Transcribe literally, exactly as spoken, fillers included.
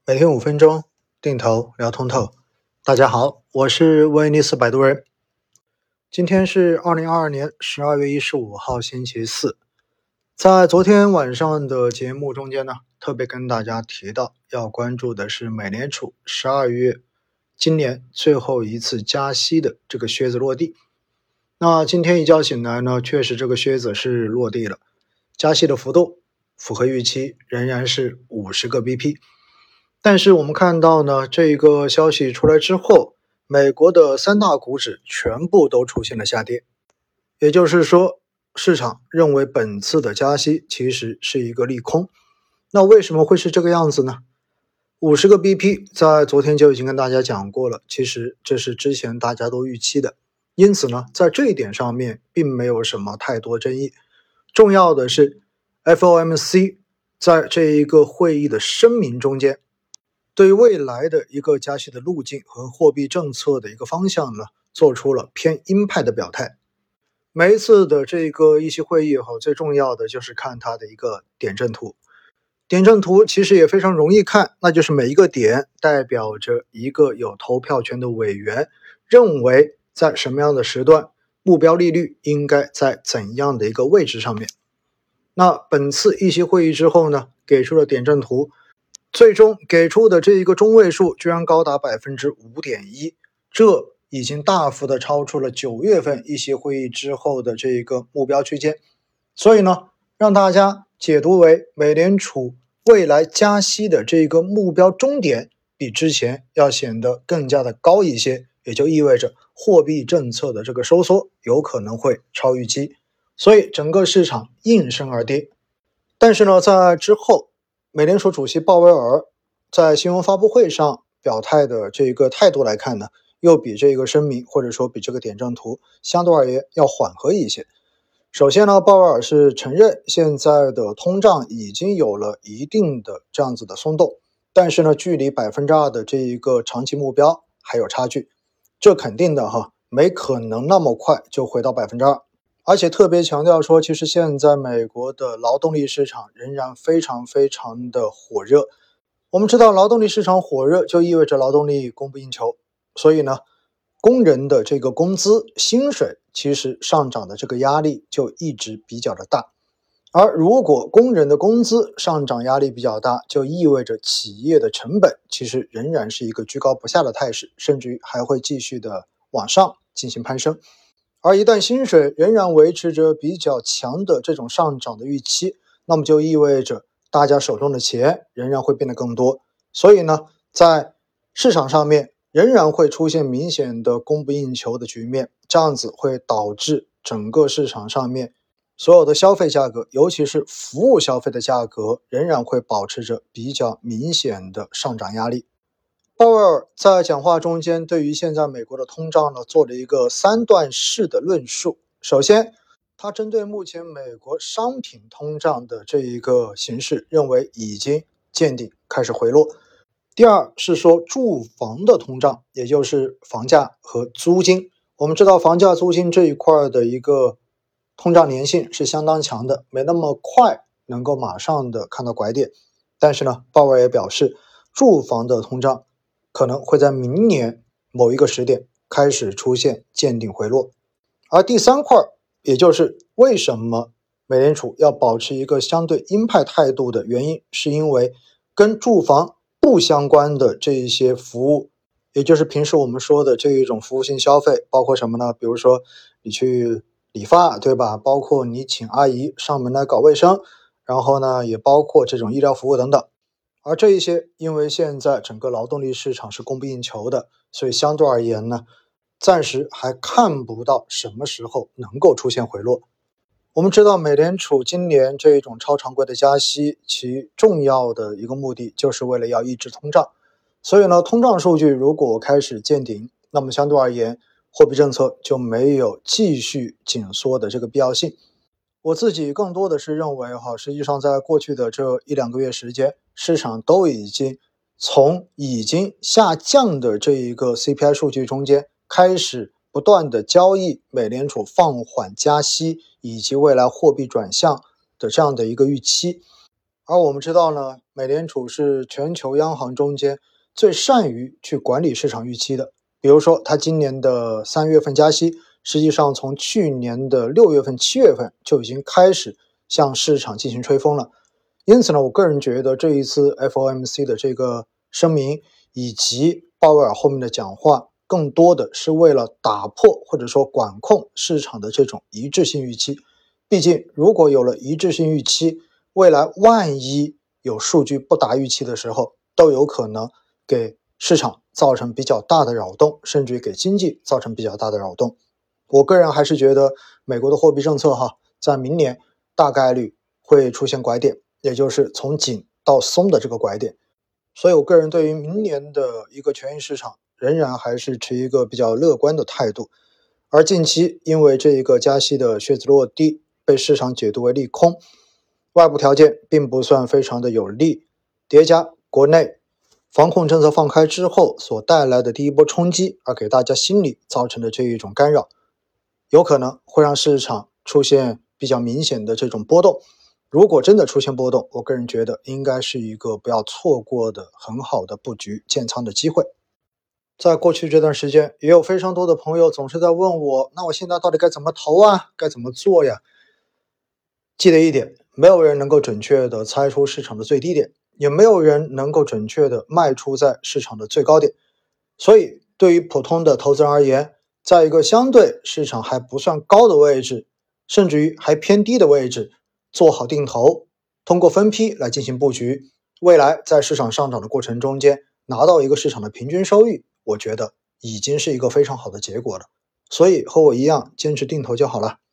每天五分钟，定投聊通透。大家好，我是威尼斯摆渡人。今天是二零二二年十二月一十五号，星期四。在昨天晚上的节目中间呢，特别跟大家提到要关注的是美联储十二月今年最后一次加息的这个靴子落地。那今天一觉醒来呢，确实这个靴子是落地了，加息的幅度符合预期，仍然是五十个 B P。但是我们看到呢，这个消息出来之后，美国的三大股指全部都出现了下跌，也就是说，市场认为本次的加息其实是一个利空。那为什么会是这个样子呢？五十个 B P 在昨天就已经跟大家讲过了，其实这是之前大家都预期的，因此呢，在这一点上面并没有什么太多争议。重要的是 F O M C 在这一个会议的声明中间，对未来的一个加息的路径和货币政策的一个方向呢，做出了偏鹰派的表态。每一次的这个议息会议后，最重要的就是看它的一个点阵图。点阵图其实也非常容易看，那就是每一个点代表着一个有投票权的委员认为在什么样的时段，目标利率应该在怎样的一个位置上面。那本次议息会议之后呢，给出了点阵图，最终给出的这一个中位数居然高达 百分之五点一， 这已经大幅的超出了九月份议息会议之后的这一个目标区间。所以呢，让大家解读为美联储未来加息的这个目标终点比之前要显得更加的高一些，也就意味着货币政策的这个收缩有可能会超预期，所以整个市场应声而跌。但是呢，在之后美联储主席鲍威尔在新闻发布会上表态的这个态度来看呢，又比这个声明或者说比这个点阵图相对而言要缓和一些。首先呢，鲍威尔是承认现在的通胀已经有了一定的这样子的松动，但是呢，距离 百分之二 的这一个长期目标还有差距，这肯定的哈，没可能那么快就回到 百分之二。而且特别强调说，其实现在美国的劳动力市场仍然非常非常的火热。我们知道劳动力市场火热就意味着劳动力供不应求，所以呢，工人的这个工资薪水其实上涨的这个压力就一直比较的大。而如果工人的工资上涨压力比较大，就意味着企业的成本其实仍然是一个居高不下的态势，甚至于还会继续的往上进行攀升。而一旦薪水仍然维持着比较强的这种上涨的预期，那么就意味着大家手中的钱仍然会变得更多。所以呢，在市场上面仍然会出现明显的供不应求的局面，这样子会导致整个市场上面所有的消费价格，尤其是服务消费的价格，仍然会保持着比较明显的上涨压力。鲍威尔在讲话中间对于现在美国的通胀呢，做了一个三段式的论述。首先，他针对目前美国商品通胀的这一个形势，认为已经见顶，开始回落。第二是说住房的通胀，也就是房价和租金。我们知道房价租金这一块的一个通胀粘性是相当强的，没那么快能够马上的看到拐点。但是呢，鲍威尔也表示，住房的通胀可能会在明年某一个时点开始出现见顶回落。而第三块，也就是为什么美联储要保持一个相对鹰派态度的原因，是因为跟住房不相关的这一些服务，也就是平时我们说的这一种服务性消费，包括什么呢？比如说你去理发，对吧？包括你请阿姨上门来搞卫生，然后呢，也包括这种医疗服务等等。而这一些，因为现在整个劳动力市场是供不应求的，所以相对而言呢，暂时还看不到什么时候能够出现回落。我们知道美联储今年这种超常规的加息，其重要的一个目的就是为了要抑制通胀。所以呢，通胀数据如果开始见顶，那么相对而言，货币政策就没有继续紧缩的这个必要性。我自己更多的是认为哈，实际上在过去的这一两个月时间，市场都已经从已经下降的这一个 C P I 数据中间开始不断的交易美联储放缓加息以及未来货币转向的这样的一个预期。 而我们知道呢，美联储是全球央行中间最善于去管理市场预期的。比如说，它今年的三月份加息，实际上从去年的六月份、七月份就已经开始向市场进行吹风了。因此呢，我个人觉得这一次 F O M C 的这个声明以及鲍威尔后面的讲话，更多的是为了打破或者说管控市场的这种一致性预期。毕竟，如果有了一致性预期，未来万一有数据不达预期的时候，都有可能给市场造成比较大的扰动，甚至于给经济造成比较大的扰动。我个人还是觉得美国的货币政策哈，在明年大概率会出现拐点，也就是从紧到松的这个拐点。所以我个人对于明年的一个权益市场仍然还是持一个比较乐观的态度。而近期因为这一个加息的靴子落地，被市场解读为利空，外部条件并不算非常的有利，叠加国内防控政策放开之后所带来的第一波冲击，而给大家心理造成的这一种干扰，有可能会让市场出现比较明显的这种波动。如果真的出现波动，我个人觉得应该是一个不要错过的很好的布局建仓的机会。在过去这段时间，也有非常多的朋友总是在问我，那我现在到底该怎么投啊？该怎么做呀？记得一点，没有人能够准确的猜出市场的最低点，也没有人能够准确的卖出在市场的最高点。所以对于普通的投资人而言，在一个相对市场还不算高的位置，甚至于还偏低的位置，做好定投，通过分批来进行布局，未来在市场上涨的过程中间拿到一个市场的平均收益，我觉得已经是一个非常好的结果了。所以和我一样坚持定投就好了。